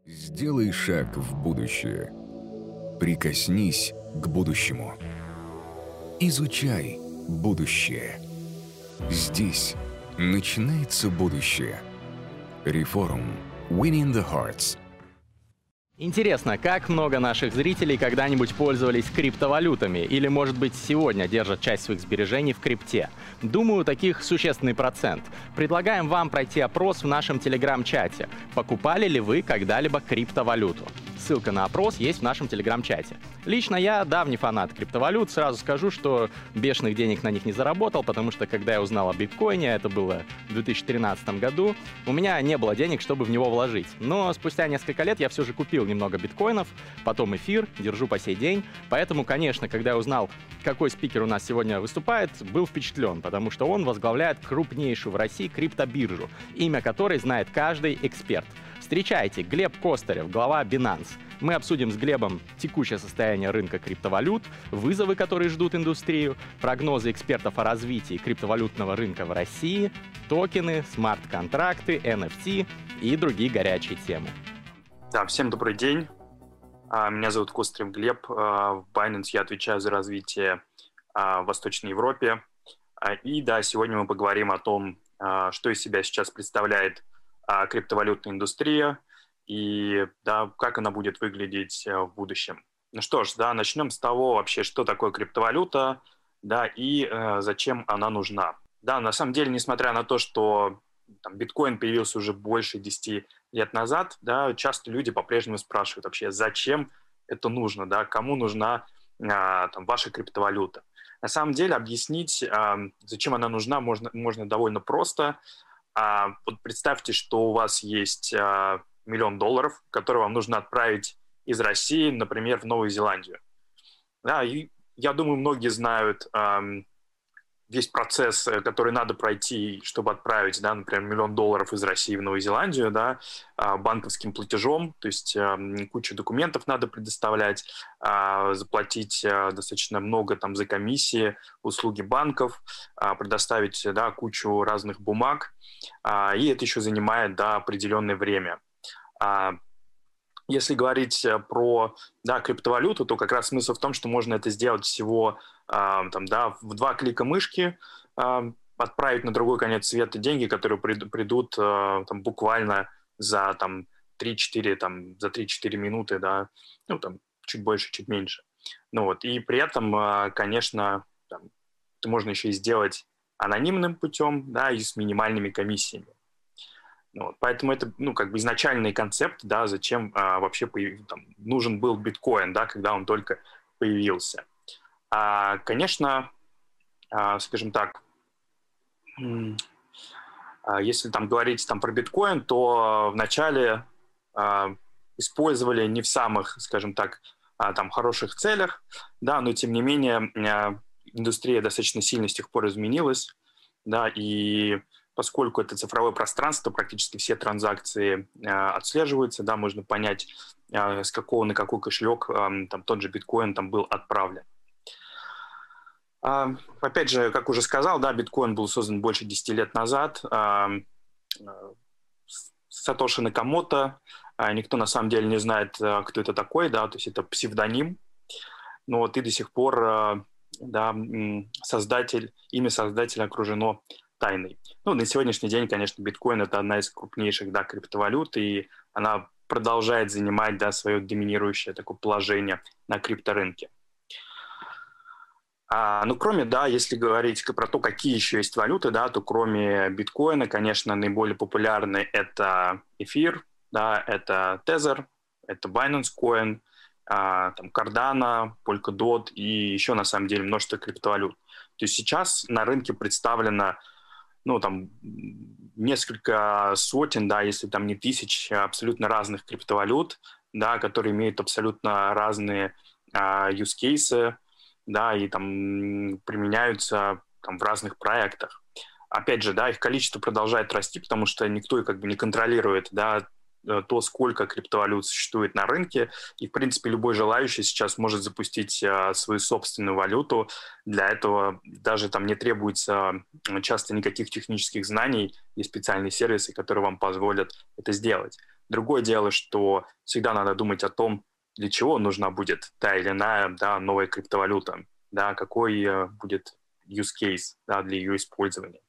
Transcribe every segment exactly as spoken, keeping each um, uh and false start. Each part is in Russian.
Сделай шаг в будущее. Прикоснись к будущему. Изучай будущее. Здесь начинается будущее. Reforum. Winning the Hearts. Интересно, как много наших зрителей когда-нибудь пользовались криптовалютами или, может быть, сегодня держат часть своих сбережений в крипте? Думаю, таких существенный процент. Предлагаем вам пройти опрос в нашем телеграм-чате. Покупали ли вы когда-либо криптовалюту? Ссылка на опрос есть в нашем телеграм-чате. Лично я давний фанат криптовалют. Сразу скажу, что бешеных денег на них не заработал, потому что когда я узнал о биткоине, это было в две тысячи тринадцатом году, у меня не было денег, чтобы в него вложить. Но спустя несколько лет я все же купил немного биткоинов, потом эфир, держу по сей день. Поэтому, конечно, когда я узнал, какой спикер у нас сегодня выступает, был впечатлен, потому что он возглавляет крупнейшую в России криптобиржу, имя которой знает каждый эксперт. Встречайте, Глеб Костарев, глава Binance. Мы обсудим с Глебом текущее состояние рынка криптовалют, вызовы, которые ждут индустрию, прогнозы экспертов о развитии криптовалютного рынка в России, токены, смарт-контракты, эн эф ти и другие горячие темы. Да, всем добрый день. Меня зовут Костарев Глеб. В Binance я отвечаю за развитие в Восточной Европе. И да, сегодня мы поговорим о том, что из себя сейчас представляет криптовалютная индустрия и да, как она будет выглядеть в будущем. Ну что ж, да, начнем с того вообще, что такое криптовалюта, да, и э, зачем она нужна. Да, на самом деле, несмотря на то, что там, биткоин появился уже больше десяти лет назад, да, часто люди по-прежнему спрашивают вообще, зачем это нужно, да, кому нужна э, там, ваша криптовалюта. На самом деле объяснить, э, зачем она нужна, можно, можно довольно просто. А, вот представьте, что у вас есть а, миллион долларов, которые вам нужно отправить из России, например, в Новую Зеландию. Да, и я думаю, многие знают а, весь процесс, который надо пройти, чтобы отправить, да, например, миллион долларов из России в Новую Зеландию, да, а, банковским платежом, то есть а, кучу документов надо предоставлять, а, заплатить а, достаточно много там за комиссии, услуги банков, а, предоставить, да, кучу разных бумаг. И это еще занимает, да, определенное время. Если говорить про, да, криптовалюту, то как раз смысл в том, что можно это сделать всего там, да, в два клика мышки, отправить на другой конец света деньги, которые придут там, буквально за там, три-четыре, там, за три-четыре минуты, да, ну, там, чуть больше, чуть меньше. Ну, вот. И при этом, конечно, там, это можно еще и сделать анонимным путем, да, и с минимальными комиссиями. Ну, вот, поэтому это, ну, как бы изначальный концепт, да, зачем а, вообще появ... там, нужен был биткоин, да, когда он только появился. А, конечно, а, скажем так, а, если там говорить там про биткоин, то вначале а, использовали не в самых, скажем так, а, там хороших целях, да, но тем не менее а, индустрия достаточно сильно с тех пор изменилась, да, и поскольку это цифровое пространство, практически все транзакции э, отслеживаются, да, можно понять, э, с какого на какой кошелек э, там, тот же биткоин там был отправлен. А, опять же, как уже сказал, да, биткоин был создан больше десяти лет назад. А, Сатоши Накамото, а, никто на самом деле не знает, кто это такой, да, то есть это псевдоним, но вот и до сих пор да, создатель, имя создателя окружено тайной. Ну, на сегодняшний день, конечно, биткоин – это одна из крупнейших, да, криптовалют, и она продолжает занимать, да, свое доминирующее такое положение на крипторынке. А, ну, кроме, да, если говорить про то, какие еще есть валюты, да, то кроме биткоина, конечно, наиболее популярны это эфир, да, это Tether, это Binance Coin, а, там Cardano, Polkadot и еще, на самом деле, множество криптовалют. То есть сейчас на рынке представлено, ну, там, несколько сотен, да, если там не тысяч, абсолютно разных криптовалют, да, которые имеют абсолютно разные а, use cases, да, и там применяются там, в разных проектах. Опять же, да, их количество продолжает расти, потому что никто как бы не контролирует, да, то, сколько криптовалют существует на рынке, и, в принципе, любой желающий сейчас может запустить а, свою собственную валюту. Для этого даже там не требуется часто никаких технических знаний и специальные сервисы, которые вам позволят это сделать. Другое дело, что всегда надо думать о том, для чего нужна будет та или иная, да, новая криптовалюта, да, какой э, будет use case, да, для ее использования.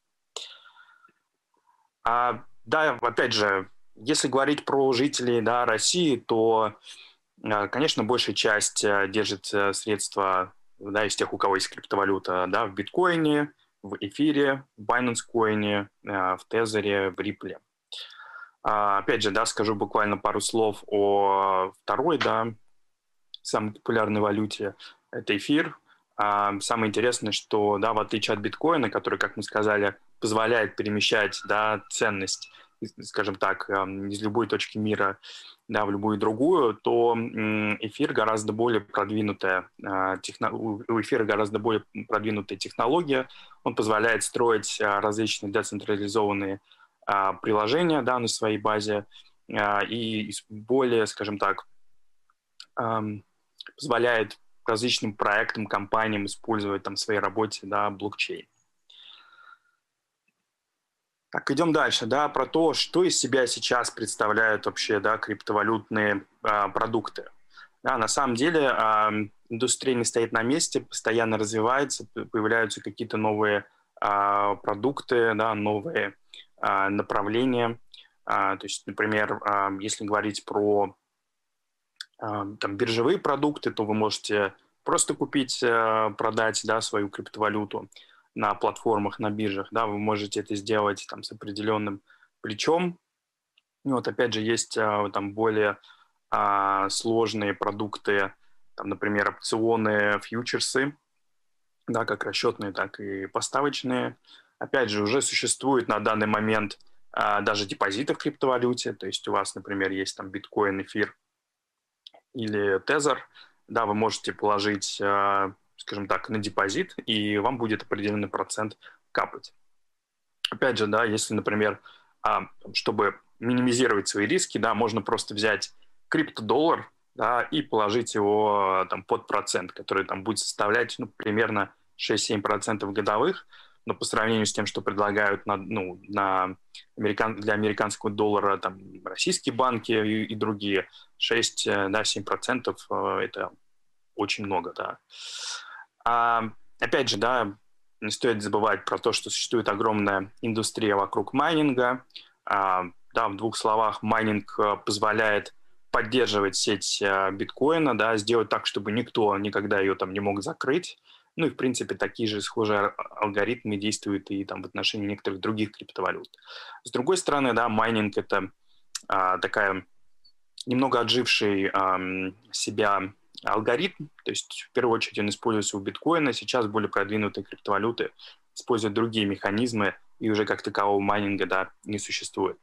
А, да, опять же, если говорить про жителей, да, России, то, э, конечно, большая часть э, держит э, средства, да, из тех, у кого есть криптовалюта, да, в биткоине, в эфире, в Binance Coin, э, в Тезере, в Ripple. А, опять же, да, скажу буквально пару слов о второй, да, самой популярной валюте, это эфир. А, самое интересное, что, да, в отличие от биткоина, который, как мы сказали, позволяет перемещать, да, ценность, скажем так, из любой точки мира, да, в любую другую, то эфир гораздо более продвинутая, техно... у эфира гораздо более продвинутая технология. Он позволяет строить различные децентрализованные приложения, да, на своей базе и более, скажем так, позволяет различным проектам, компаниям использовать там в своей работе, да, блокчейн. Так, идем дальше, да, про то, что из себя сейчас представляют вообще, да, криптовалютные а, продукты. Да, на самом деле а, индустрия не стоит на месте, постоянно развивается, появляются какие-то новые а, продукты, да, новые а, направления. А, то есть, например, а, если говорить про а, там, биржевые продукты, то вы можете просто купить, а, продать, да, свою криптовалюту на платформах, на биржах, да, вы можете это сделать там с определенным плечом. И вот опять же есть а, там более а, сложные продукты, там, например, опционы, фьючерсы, да, как расчетные, так и поставочные. Опять же, уже существует на данный момент а, даже депозиты в криптовалюте, то есть у вас, например, есть там биткоин, эфир или тезер, да, вы можете положить, а, скажем так, на депозит, и вам будет определенный процент капать. Опять же, да, если, например, чтобы минимизировать свои риски, да, можно просто взять криптодоллар, да, и положить его там под процент, который там будет составлять, ну, примерно шесть-семь процентов годовых, но по сравнению с тем, что предлагают на, ну, на американ... для американского доллара там, российские банки и, и другие, шесть-семь процентов это очень много, да. А, опять же, да, не стоит забывать про то, что существует огромная индустрия вокруг майнинга. А, да, в двух словах, майнинг позволяет поддерживать сеть биткоина, да, сделать так, чтобы никто никогда ее там не мог закрыть. Ну и, в принципе, такие же схожие алгоритмы действуют и там в отношении некоторых других криптовалют. С другой стороны, да, майнинг — это а, такая немного отживший а, себя алгоритм, то есть в первую очередь он используется у биткоина, сейчас более продвинутые криптовалюты используют другие механизмы, и уже как такового майнинга, да, не существует.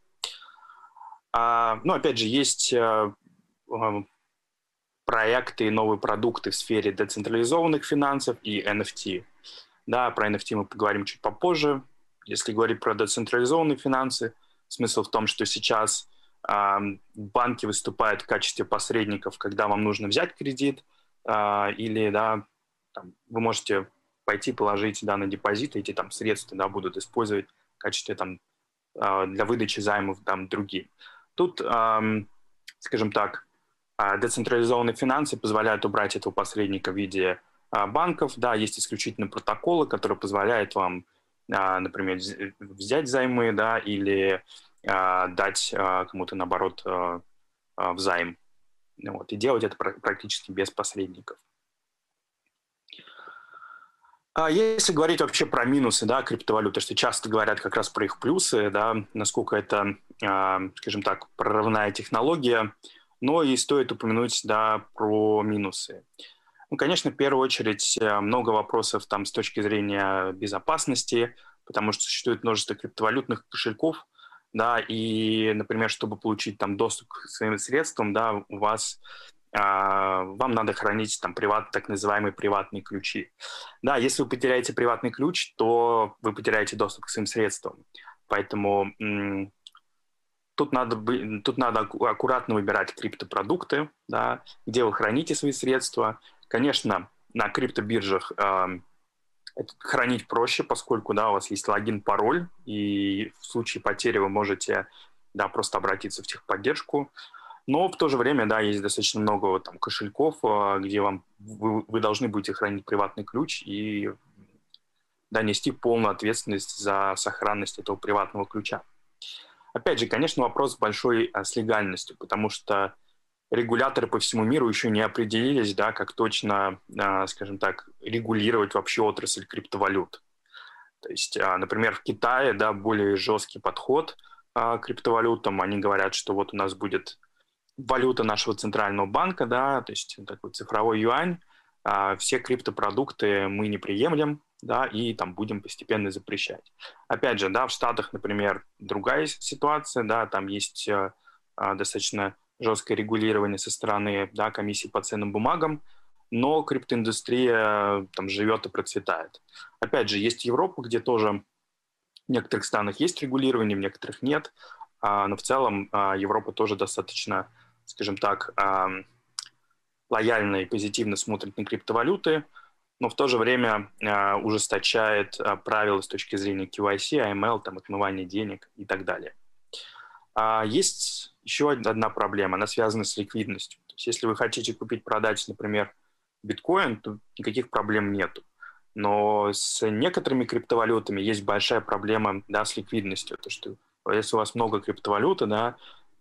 А, ну, опять же, есть а, а, проекты и новые продукты в сфере децентрализованных финансов и эн эф ти. Да, про эн эф ти мы поговорим чуть попозже. Если говорить про децентрализованные финансы, смысл в том, что сейчас банки выступают в качестве посредников, когда вам нужно взять кредит, или, да, там, вы можете пойти положить, да, на депозит, эти там средства, да, будут использовать в качестве там, для выдачи займов там, другим. Тут, скажем так, децентрализованные финансы позволяют убрать этого посредника в виде банков. Да, есть исключительно протоколы, которые позволяют вам, например, взять займы, да, или дать кому-то, наоборот, взайм. Вот, и делать это практически без посредников. Если говорить вообще про минусы, да, криптовалюты, что часто говорят как раз про их плюсы, да, насколько это, скажем так, прорывная технология, но и стоит упомянуть, да, про минусы. Ну, конечно, в первую очередь много вопросов там с точки зрения безопасности, потому что существует множество криптовалютных кошельков, да, и, например, чтобы получить там доступ к своим средствам, да, у вас, э, вам надо хранить там приват, так называемые приватные ключи. Да, если вы потеряете приватный ключ, то вы потеряете доступ к своим средствам. Поэтому м- тут надо, тут надо аккуратно выбирать криптопродукты, да, где вы храните свои средства. Конечно, на криптобиржах э, это хранить проще, поскольку, да, у вас есть логин, пароль, и в случае потери вы можете да, просто обратиться в техподдержку. Но в то же время, да, есть достаточно много там кошельков, где вам, вы, вы должны будете хранить приватный ключ и, да, нести полную ответственность за сохранность этого приватного ключа. Опять же, конечно, вопрос большой а, с легальностью, потому что регуляторы по всему миру еще не определились, да, как точно, а, скажем так, регулировать вообще отрасль криптовалют. То есть, а, например, в Китае, да, более жесткий подход а, к криптовалютам. Они говорят, что вот у нас будет валюта нашего центрального банка, да, то есть такой цифровой юань, а, все криптопродукты мы не приемлем, да, и там будем постепенно запрещать. Опять же, да, в Штатах, например, другая ситуация, да, там есть а, достаточно жесткое регулирование со стороны, да, комиссии по ценным бумагам, но криптоиндустрия там живет и процветает. Опять же, есть Европа, где тоже в некоторых странах есть регулирование, в некоторых нет, а, но в целом а, Европа тоже достаточно, скажем так, э, лояльно и позитивно смотрит на криптовалюты, но в то же время э, ужесточает э, правила с точки зрения кей вай си, эй эм эл, там, отмывания денег и так далее. А есть еще одна проблема, она связана с ликвидностью. То есть если вы хотите купить, продать, например, биткоин, то никаких проблем нету. Но с некоторыми криптовалютами есть большая проблема, да, с ликвидностью. То, что если у вас много криптовалюты, да,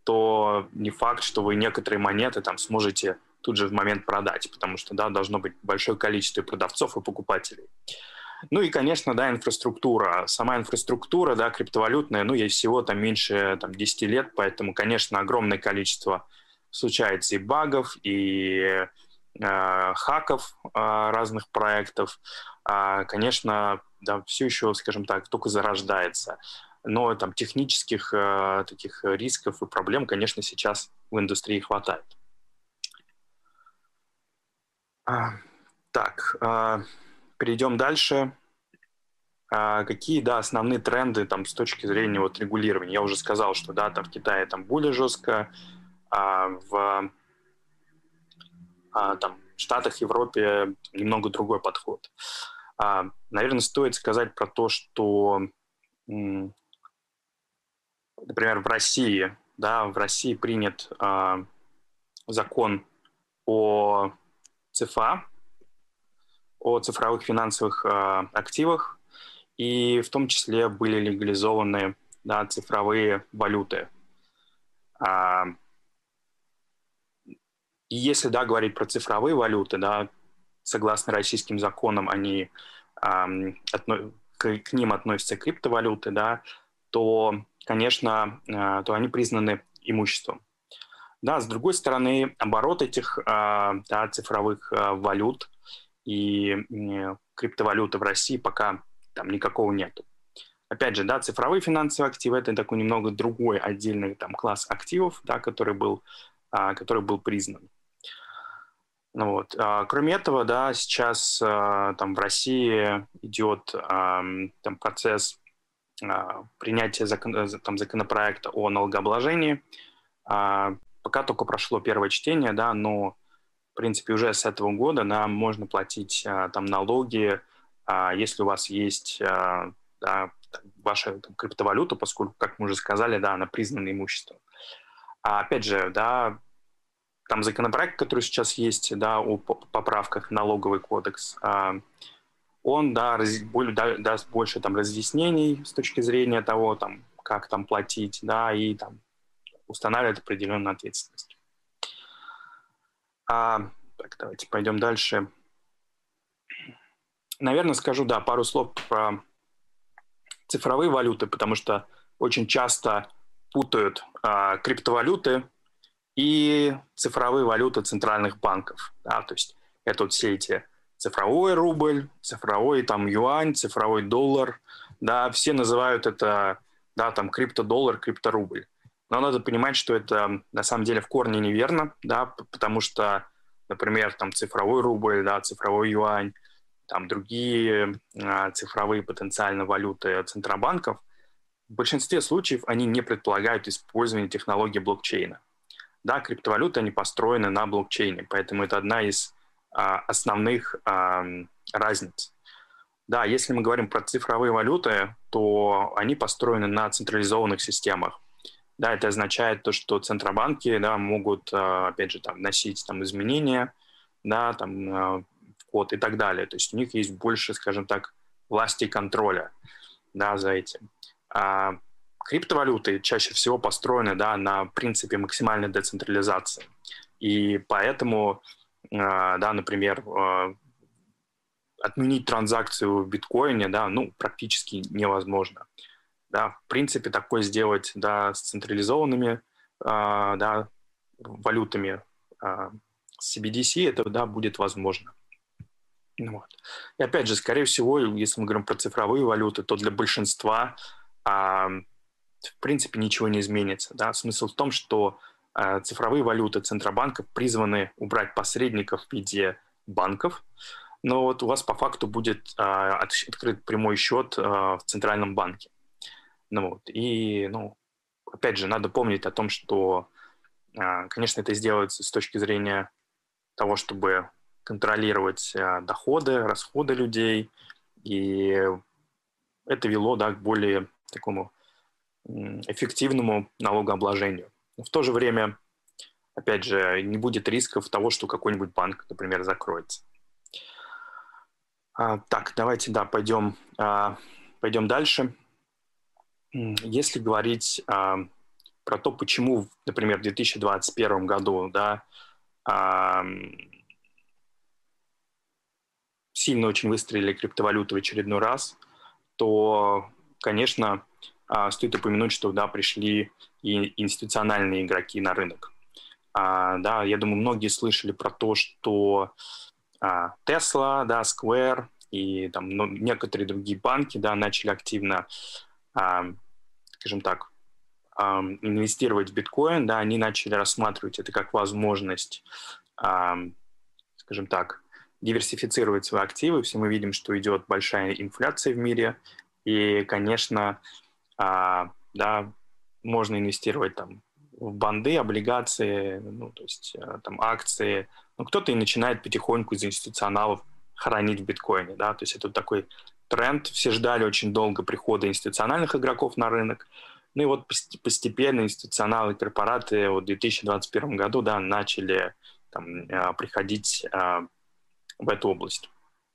то не факт, что вы некоторые монеты там сможете тут же в момент продать, потому что, да, должно быть большое количество продавцов и покупателей. Ну и, конечно, да, инфраструктура. Сама инфраструктура, да, криптовалютная, ну, ей всего там меньше там, десять лет, поэтому, конечно, огромное количество случается и багов, и э, хаков э, разных проектов. А, конечно, да, все еще, скажем так, только зарождается. Но там технических э, таких рисков и проблем, конечно, сейчас в индустрии хватает. А, так, э, перейдем дальше. А, какие, да, основные тренды там с точки зрения вот регулирования? Я уже сказал, что, да, там в Китае там более жестко, а в а, там, Штатах, Европе немного другой подход. А, наверное, стоит сказать про то, что например, в России, да, в России принят э, закон о ЦФА, о цифровых финансовых э, активах, и в том числе были легализованы, да, цифровые валюты. А, и если, да, говорить про цифровые валюты, да, согласно российским законам, они, а, отно, к, к ним относятся криптовалюты, да, то, конечно, то они признаны имуществом. Да, с другой стороны, оборот этих, да, цифровых валют и криптовалюты в России пока там никакого нету. Опять же, да, цифровые финансовые активы – это такой немного другой отдельный там класс активов, да, который был, который был признан. Ну, вот. Кроме этого, да, сейчас там в России идет там процесс принятия закон, там, законопроекта о налогообложении. Пока только прошло первое чтение, да, но, в принципе, уже с этого года нам можно платить там налоги, если у вас есть, да, ваша там, криптовалюта, поскольку, как мы уже сказали, да, она признана имуществом. А опять же, да, там законопроект, который сейчас есть, да, о поправках в налоговый кодекс, он, да, раз, да, даст больше там разъяснений с точки зрения того, там, как там платить, да, и там устанавливает определенную ответственность. А, так, давайте пойдем дальше. Наверное, скажу, да, пару слов про цифровые валюты, потому что очень часто путают а, криптовалюты и цифровые валюты центральных банков. Да, то есть это вот все эти цифровой рубль, цифровой там юань, цифровой доллар, да, все называют это, да, там криптодоллар, крипторубль. Но надо понимать, что это на самом деле в корне неверно, да, потому что, например, там цифровой рубль, да, цифровой юань, там другие а, цифровые потенциально валюты центробанков, в большинстве случаев они не предполагают использование технологии блокчейна. Да, криптовалюты, они построены на блокчейне, поэтому это одна из а, основных а, разниц. Да, если мы говорим про цифровые валюты, то они построены на централизованных системах. Да, это означает то, что центробанки, да, могут, опять же, там, вносить там, изменения, да, там, в код и так далее. То есть у них есть больше, скажем так, власти и контроля, да, за этим. А криптовалюты чаще всего построены, да, на принципе максимальной децентрализации. И поэтому, да, например, отменить транзакцию в биткоине, да, ну, практически невозможно. Да, в принципе, такое сделать, да, с централизованными, да, валютами, с си би ди си, это, да, будет возможно. Вот. И опять же, скорее всего, если мы говорим про цифровые валюты, то для большинства, в принципе, ничего не изменится. Да? Смысл в том, что цифровые валюты центробанков призваны убрать посредников в виде банков, но вот у вас по факту будет открыт прямой счет в центральном банке. Ну, вот. И, ну, опять же, надо помнить о том, что, конечно, это сделается с точки зрения того, чтобы контролировать доходы, расходы людей, и это вело, да, к более такому эффективному налогообложению. Но в то же время, опять же, не будет рисков того, что какой-нибудь банк, например, закроется. А, так, давайте, да, пойдем, а, пойдем дальше. Если говорить а, про то, почему, например, в две тысячи двадцать первом году, да, а, сильно очень выстрелили криптовалюты в очередной раз, то, конечно, стоит упомянуть, что, да, пришли и институциональные игроки на рынок. А, да, я думаю, многие слышали про то, что а, Tesla, да, Square и там, ну, некоторые другие банки, да, начали активно, а, скажем так, а, инвестировать в биткоин, да, они начали рассматривать это как возможность, а, скажем так, диверсифицировать свои активы. Все мы видим, что идет большая инфляция в мире, и, конечно, а, да, можно инвестировать там в банды, облигации, ну, то есть там акции. Ну, кто-то и начинает потихоньку из институционалов хранить в биткоине, да, то есть это такой тренд. Все ждали очень долго прихода институциональных игроков на рынок. Ну и вот постепенно институционалы и корпораты вот в две тысячи двадцать первом году, да, начали там приходить в эту область.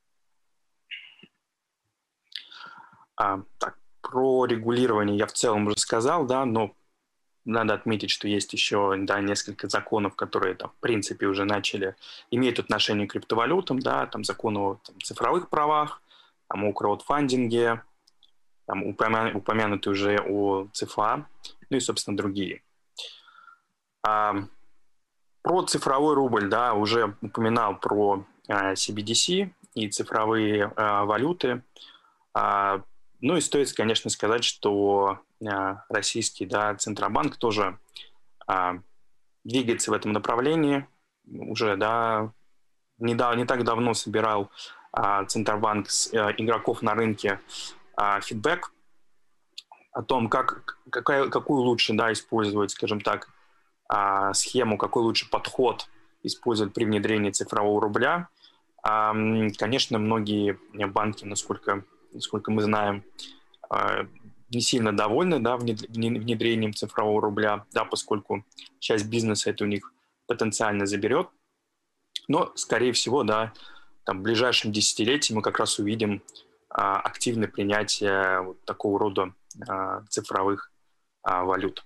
А, так, про регулирование я в целом уже сказал, да, но надо отметить, что есть еще, да, несколько законов, которые там, в принципе уже начали иметь отношение к криптовалютам, да, там закон о там, цифровых правах, там, о краудфандинге, там, упомя... упомянуты уже о ЦФА, ну и, собственно, другие. А, про цифровой рубль, да, уже упоминал про а, си би ди си и цифровые а, валюты. А, ну и стоит, конечно, сказать, что а, российский, да, Центробанк тоже а, двигается в этом направлении. Уже, да, не, да, не так давно собирал а, Центробанк с а, игроков на рынке а, фидбэк о том, как, какая, какую лучше, да, использовать, скажем так, а, схему, какой лучше подход использовать при внедрении цифрового рубля. А, конечно, многие банки, насколько насколько мы знаем, не сильно довольны, да, внедрением цифрового рубля, да, поскольку часть бизнеса это у них потенциально заберет. Но, скорее всего, да, там, в ближайшем десятилетии мы как раз увидим а, активное принятие вот такого рода а, цифровых а, валют.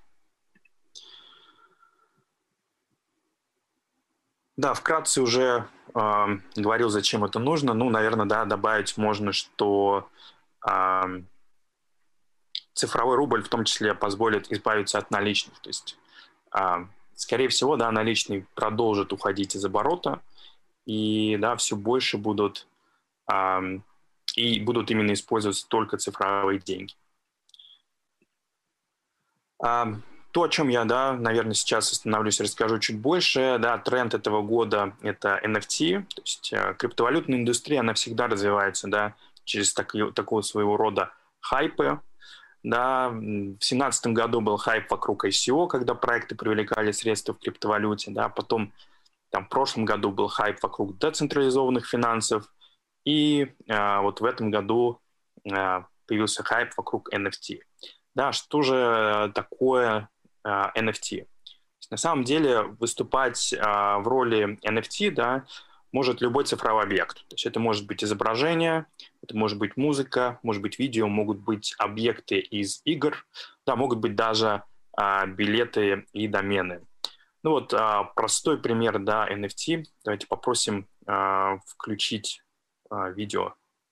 Да, вкратце уже э, говорил, зачем это нужно. Ну, наверное, да, добавить можно, что э, цифровой рубль в том числе позволит избавиться от наличных. То есть, э, скорее всего, да, наличные продолжат уходить из оборота, и, да, все больше будут, э, и будут именно использоваться только цифровые деньги. Э, То, о чем я, да, наверное, сейчас остановлюсь и расскажу чуть больше, да, тренд этого года – это эн эф ти, то есть э, криптовалютная индустрия, она всегда развивается, да, через так, такого своего рода хайпы, да. В две тысячи семнадцатом году был хайп вокруг ай си о, когда проекты привлекали средства в криптовалюте, да, потом там, в прошлом году был хайп вокруг децентрализованных финансов, и э, вот в этом году э, появился хайп вокруг эн эф ти. Да, что же такое эн эф ти. На самом деле выступать в роли эн эф ти, да, может любой цифровой объект. То есть это может быть изображение, это может быть музыка, может быть видео, могут быть объекты из игр, да, могут быть даже а, билеты и домены. Ну вот а, простой пример, да, эн эф ти. Давайте попросим а, включить а, видео.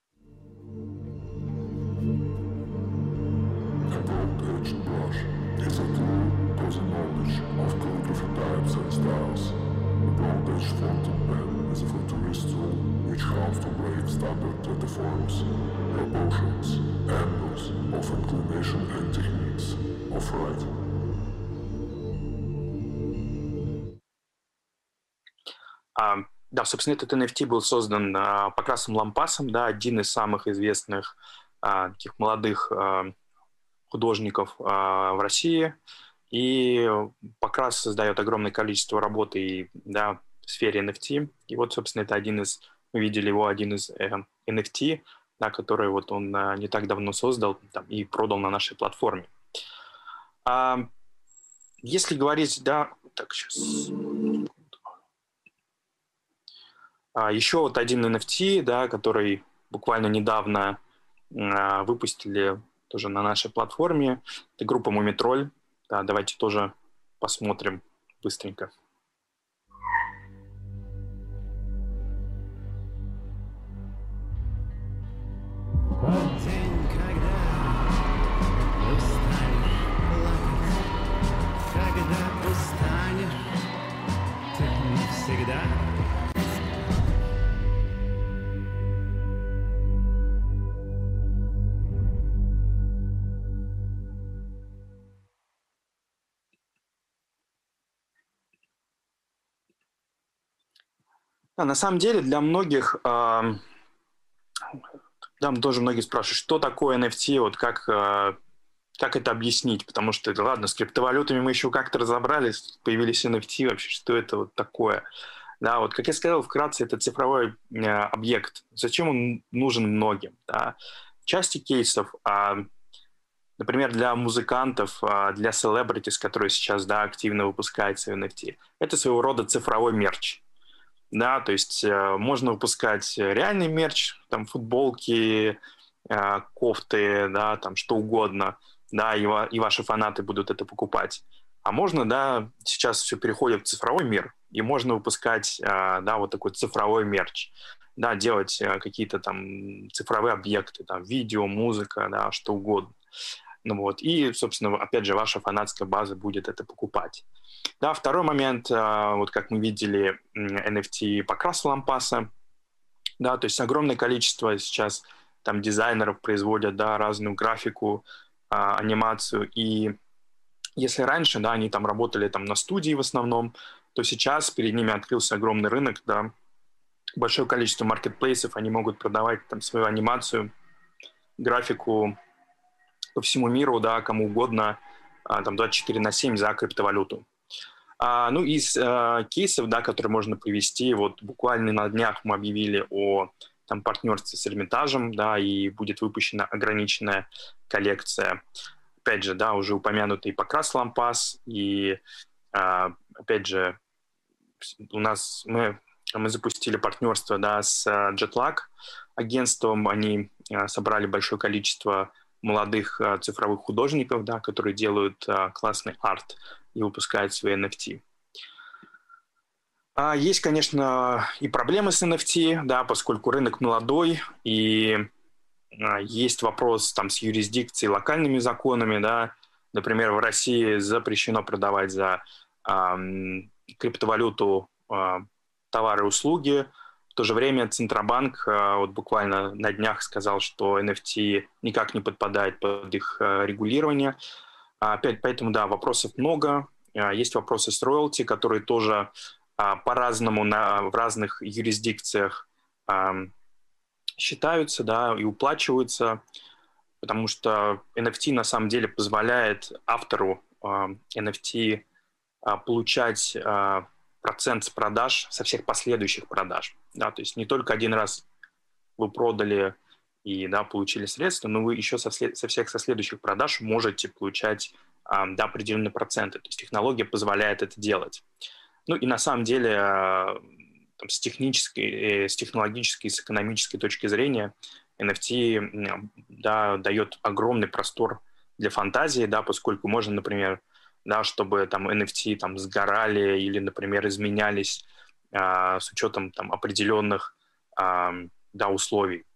А, да, собственно, этот эн эф ти был создан а, Покрасом Лампасом, да, один из самых известных а, таких молодых а, художников а, в России. И Покрас создает огромное количество работы и, да, в сфере эн эф ти. И вот, собственно, это один из, мы видели его, один из э, эн эф ти, да, который вот он а, не так давно создал там, и продал на нашей платформе. А, если говорить, да, так, сейчас... А, еще вот один эн эф ти, да, который буквально недавно а, выпустили тоже на нашей платформе, это группа Мумитроль. Да, давайте тоже посмотрим быстренько. День, когда устанешь плакать, когда устанешь, ты навсегда. Да, на самом деле для многих, э, да, тоже многие спрашивают, что такое эн эф ти, вот как, э, как это объяснить, потому что, ладно, с криптовалютами мы еще как-то разобрались, появились эн эф ти, вообще, что это вот такое. Да, вот, как я сказал, вкратце, это цифровой э, объект. Зачем он нужен многим? Да? В части кейсов, э, например, для музыкантов, э, для celebrities, которые сейчас, да, активно выпускают свои эн эф ти, это своего рода цифровой мерч. Да, то есть э, можно выпускать реальный мерч, там футболки, э, кофты, да, там что угодно, да, и, ва- и ваши фанаты будут это покупать. А можно, да, сейчас все переходит в цифровой мир, и можно выпускать, э, да, вот такой цифровой мерч, да, делать э, какие-то там цифровые объекты, там видео, музыка, да, что угодно. Ну вот, и, собственно, опять же, ваша фанатская база будет это покупать. Да, второй момент, вот как мы видели, эн эф ти Покраса Лампаса, да, то есть огромное количество сейчас там дизайнеров производят, да, разную графику, анимацию, и если раньше, да, они там работали там на студии в основном, то сейчас перед ними открылся огромный рынок, да, большое количество маркетплейсов, они могут продавать там свою анимацию, графику по всему миру, да, кому угодно, там двадцать четыре на семь за криптовалюту. А, ну, из а, кейсов, да, которые можно привести, вот буквально на днях мы объявили о там, партнерстве с Эрмитажем, да, и будет выпущена ограниченная коллекция. Опять же, да, уже упомянутый Покрас Лампас, и, а, опять же, у нас мы, мы запустили партнерство, да, с Jetlag агентством, они а, собрали большое количество молодых а, цифровых художников, да, которые делают а, классный арт и выпускают свои эн эф ти. А есть, конечно, и проблемы с эн эф ти, да, поскольку рынок молодой, и а, есть вопрос там с юрисдикцией, локальными законами, да. Например, в России запрещено продавать за а, криптовалюту а, товары и услуги. В то же время Центробанк а, вот буквально на днях сказал, что эн эф ти никак не подпадает под их а, регулирование. А, опять, поэтому, да, вопросов много. А, есть вопросы с роялти, которые тоже а, по-разному на, в разных юрисдикциях а, считаются, да, и уплачиваются, потому что эн эф ти на самом деле позволяет автору а, эн эф ти а, получать а, процент с продаж, со всех последующих продаж. Да, то есть не только один раз вы продали и, да, получили средства, но вы еще со, след... со всех со следующих продаж можете получать а, да, определенные проценты. То есть технология позволяет это делать. Ну и на самом деле там, с технической, с технологической, с экономической точки зрения эн эф ти, да, дает огромный простор для фантазии, да, поскольку можно, например, да, чтобы там эн эф ти там сгорали или, например, изменялись а, с учетом там определенных а, да, условий.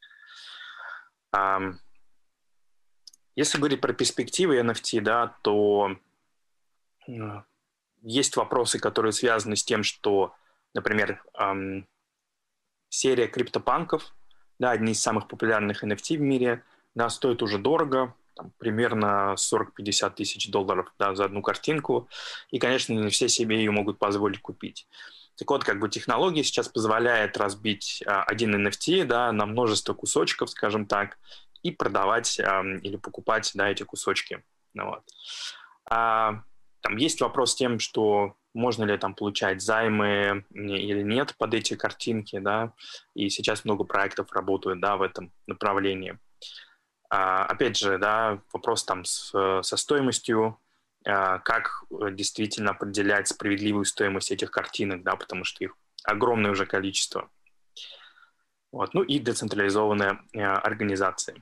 А, если говорить про перспективы эн эф ти, да, то а, есть вопросы, которые связаны с тем, что, например, эм, серия криптопанков, да, одни из самых популярных эн эф ти в мире, да, стоит уже дорого, там, примерно сорок-пятьдесят тысяч долларов, да, за одну картинку, и, конечно, не все себе ее могут позволить купить. Так вот, как бы технология сейчас позволяет разбить а, один эн эф ти, да, на множество кусочков, скажем так, и продавать а, или покупать, да, эти кусочки. Ну, вот. а, Там есть вопрос с тем, что можно ли там получать займы или нет под эти картинки, да, и сейчас много проектов работают, да, в этом направлении. А, опять же, да, вопрос там с, со стоимостью, а, как действительно определять справедливую стоимость этих картинок, да, потому что их огромное уже количество. Вот. Ну и децентрализованные а, организации.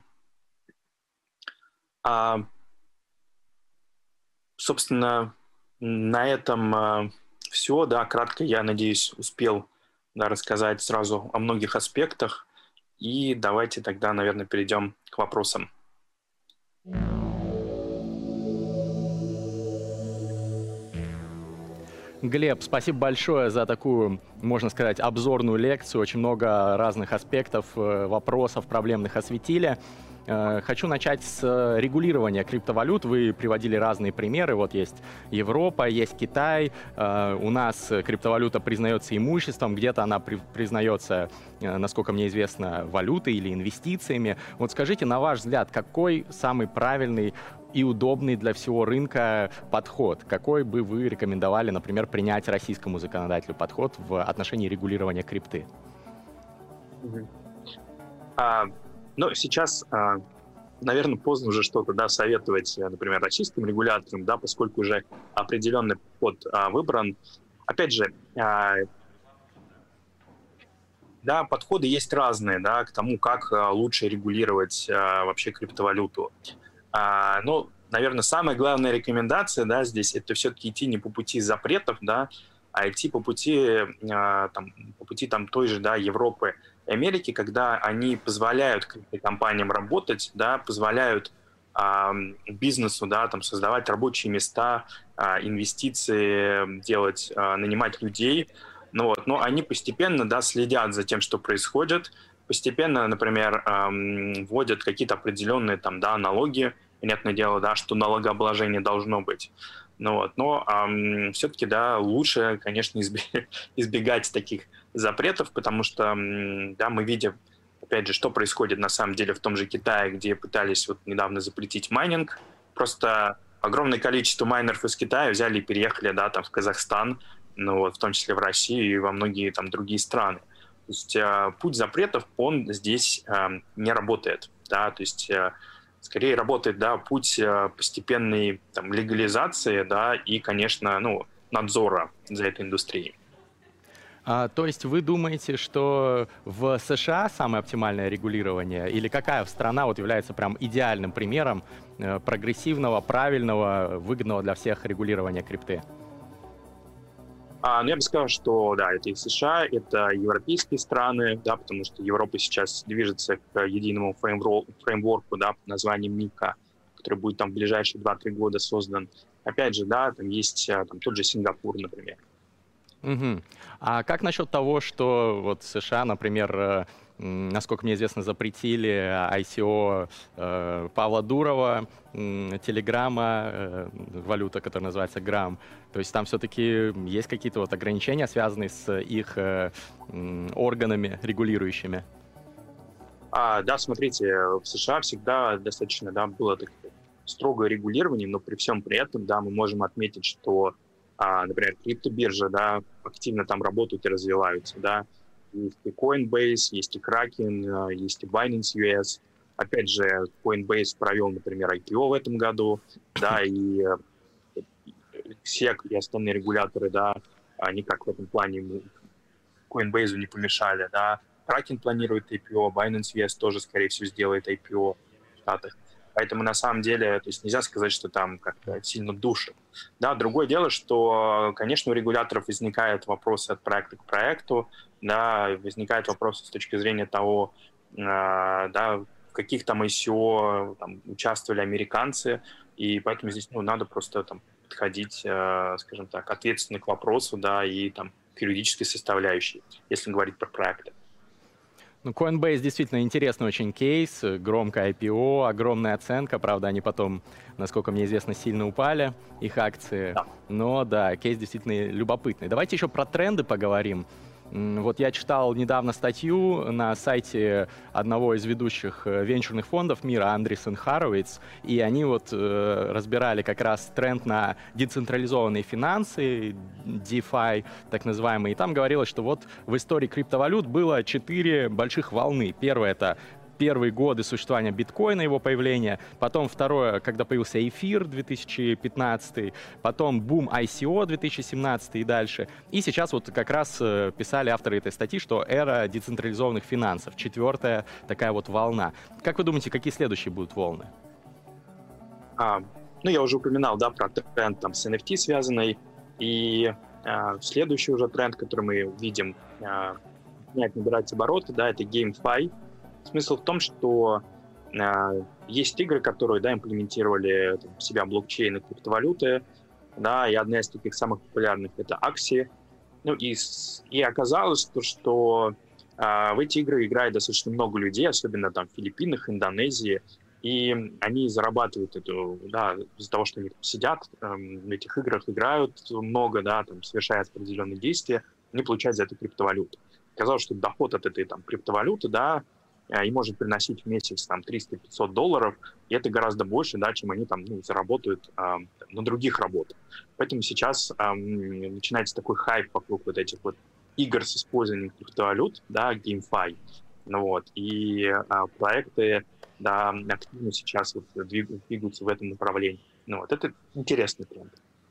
А, Собственно, на этом э, все. Да, кратко, я надеюсь, успел, да, рассказать сразу о многих аспектах. И давайте тогда, наверное, перейдем к вопросам. Глеб, спасибо большое за такую, можно сказать, обзорную лекцию. Очень много разных аспектов, вопросов проблемных осветили. Хочу начать с регулирования криптовалют. Вы приводили разные примеры. Вот есть Европа, есть Китай. У нас криптовалюта признается имуществом, где-то она при, признается, насколько мне известно, валютой или инвестициями. Вот скажите, на ваш взгляд, какой самый правильный и удобный для всего рынка подход? Какой бы вы рекомендовали, например, принять российскому законодателю подход в отношении регулирования крипты? А, ну, сейчас, а, наверное, поздно уже что-то, да, советовать, например, российским регуляторам, да, поскольку уже определенный подход а, выбран. Опять же, а, да, подходы есть разные, да, к тому, как а, лучше регулировать а, вообще криптовалюту. А, ну, наверное, самая главная рекомендация, да, здесь это все-таки идти не по пути запретов, да, а идти по пути, а, там, по пути там, той же, да, Европы и Америки, когда они позволяют компаниям работать, да, позволяют а, бизнесу, да, там, создавать рабочие места, а, инвестиции делать, а, нанимать людей, ну, вот, но они постепенно, да, следят за тем, что происходит, постепенно, например, эм, вводят какие-то определенные там, да, налоги, понятное дело, да, что налогообложение должно быть. Ну, вот, но эм, все-таки, да, лучше, конечно, избегать таких запретов, потому что, эм, да, мы видим, опять же, что происходит на самом деле в том же Китае, где пытались вот недавно запретить майнинг. Просто огромное количество майнеров из Китая взяли и переехали, да, там, в Казахстан, ну, вот, в том числе в Россию и во многие там другие страны. То есть э, путь запретов, он здесь э, не работает, да, то есть э, скорее работает, да, путь э, постепенной там, легализации, да, и, конечно, ну, надзора за этой индустрией. А, то есть вы думаете, что в США самое оптимальное регулирование, или какая страна вот является прям идеальным примером э, прогрессивного, правильного, выгодного для всех регулирования крипты? А, ну, я бы сказал, что да, это и США, это европейские страны, да, потому что Европа сейчас движется к единому фреймворку, да, под названием МИКА, который будет там в ближайшие два-три года создан. Опять же, да, там есть там, тот же Сингапур, например. Угу. А как насчет того, что вот США, например, насколько мне известно, запретили ай си о э, Павла Дурова, э, Телеграма, э, валюта, которая называется Грамм. То есть там все-таки есть какие-то вот ограничения, связанные с их э, э, органами регулирующими? А, да, смотрите, в США всегда достаточно, да, было такое строгое регулирование, но при всем при этом, да, мы можем отметить, что, а, например, криптобиржи, да, активно там работают и развиваются, да. Есть и Coinbase, есть и Kraken, есть и Binance ю эс. Опять же, Coinbase провел, например, ай пи о в этом году, да, и сек и остальные регуляторы, да, никак в этом плане ему, Coinbase не помешали, да. Kraken планирует ай пи о, Binance ю эс тоже, скорее всего, сделает ай пи о в Штатах. Поэтому, на самом деле, то есть нельзя сказать, что там как-то сильно душит. Да, другое дело, что, конечно, у регуляторов возникают вопросы от проекта к проекту, да, возникают вопросы с точки зрения того, э, да, в каких там ай си о там, участвовали американцы, и поэтому здесь, ну, надо просто там подходить, э, скажем так, ответственно к вопросу, да, и там к юридической составляющей, если говорить про проекты. Ну, Coinbase действительно интересный очень кейс, громкое ай пи о, огромная оценка, правда, они потом, насколько мне известно, сильно упали, их акции. Да. Но да, кейс действительно любопытный. Давайте еще про тренды поговорим. Вот я читал недавно статью на сайте одного из ведущих венчурных фондов мира, Андрессен Хоровиц, и они вот э, разбирали как раз тренд на децентрализованные финансы, DeFi, так называемые, и там говорилось, что вот в истории криптовалют было четыре больших волны. Первая — это первые годы существования биткоина, его появления, потом второе, когда появился эфир две тысячи пятнадцатый, потом бум ай си о две тысячи семнадцатый и дальше. И сейчас вот как раз писали авторы этой статьи, что эра децентрализованных финансов, четвертая такая вот волна. Как вы думаете, какие следующие будут волны? А, ну, я уже упоминал, да, про тренд там с эн эф ти связанный, и а, следующий уже тренд, который мы видим, а, начинает набирать обороты, да, это GameFi. Смысл в том, что э, есть игры, которые, да, имплементировали там, в себя блокчейн и криптовалюты, да, и одна из таких самых популярных — это Axie. Ну и, и оказалось, то, что э, в эти игры играет достаточно много людей, особенно там в Филиппинах, Индонезии, и они зарабатывают эту, да, из-за того, что они там сидят э, в этих играх, играют много, да, там совершают определенные действия, они получают за это криптовалюту. Оказалось, что доход от этой там криптовалюты, да, и может приносить в месяц там триста-пятьсот долларов, и это гораздо больше, да, чем они там, ну, заработают э, на других работах. Поэтому сейчас э, начинается такой хайп вокруг вот этих вот игр с использованием криптовалют, да, GameFi, ну, вот, и э, проекты, да, активно сейчас вот двигаются в этом направлении. Ну, вот, это интересный тренд.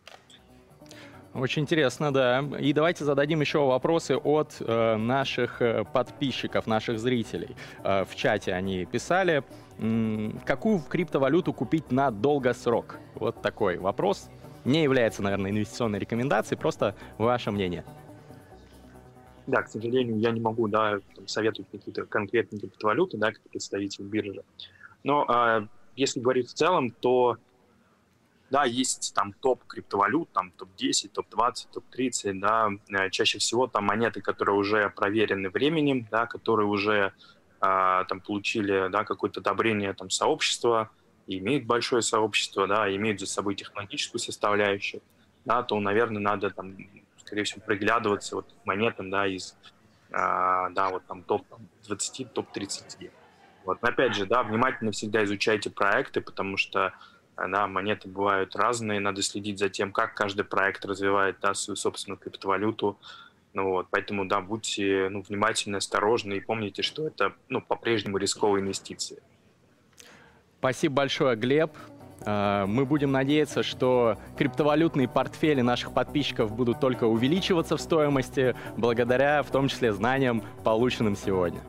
Очень интересно, да. И давайте зададим еще вопросы от э, наших подписчиков, наших зрителей. Э, в чате они писали, м- какую криптовалюту купить на долгосрок? Вот такой вопрос. Не является, наверное, инвестиционной рекомендацией, просто ваше мнение. Да, к сожалению, я не могу, да, там, советовать какие-то конкретные криптовалюты, да, как представитель биржи. Но э, если говорить в целом, то да, есть там топ криптовалют, там топ десять, топ двадцать, топ тридцать, да, чаще всего там монеты, которые уже проверены временем, да, которые уже а, там получили, да, какое-то одобрение там сообщества, имеют большое сообщество, да, имеют за собой технологическую составляющую, да, то, наверное, надо там, скорее всего, приглядываться вот к монетам, да, из, а, да, вот там топ двадцать, топ тридцать. Вот, но опять же, да, внимательно всегда изучайте проекты, потому что да, монеты бывают разные, надо следить за тем, как каждый проект развивает, да, свою собственную криптовалюту. Ну, вот, поэтому, да, будьте, ну, внимательны, осторожны и помните, что это, ну, по-прежнему рисковые инвестиции. Спасибо большое, Глеб. Мы будем надеяться, что криптовалютные портфели наших подписчиков будут только увеличиваться в стоимости, благодаря, в том числе, знаниям, полученным сегодня.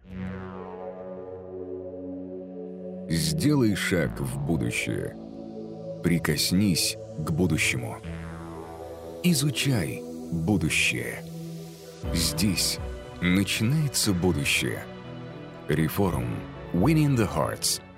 Сделай шаг в будущее. Прикоснись к будущему. Изучай будущее. Здесь начинается будущее. Reforum. Winning the Hearts.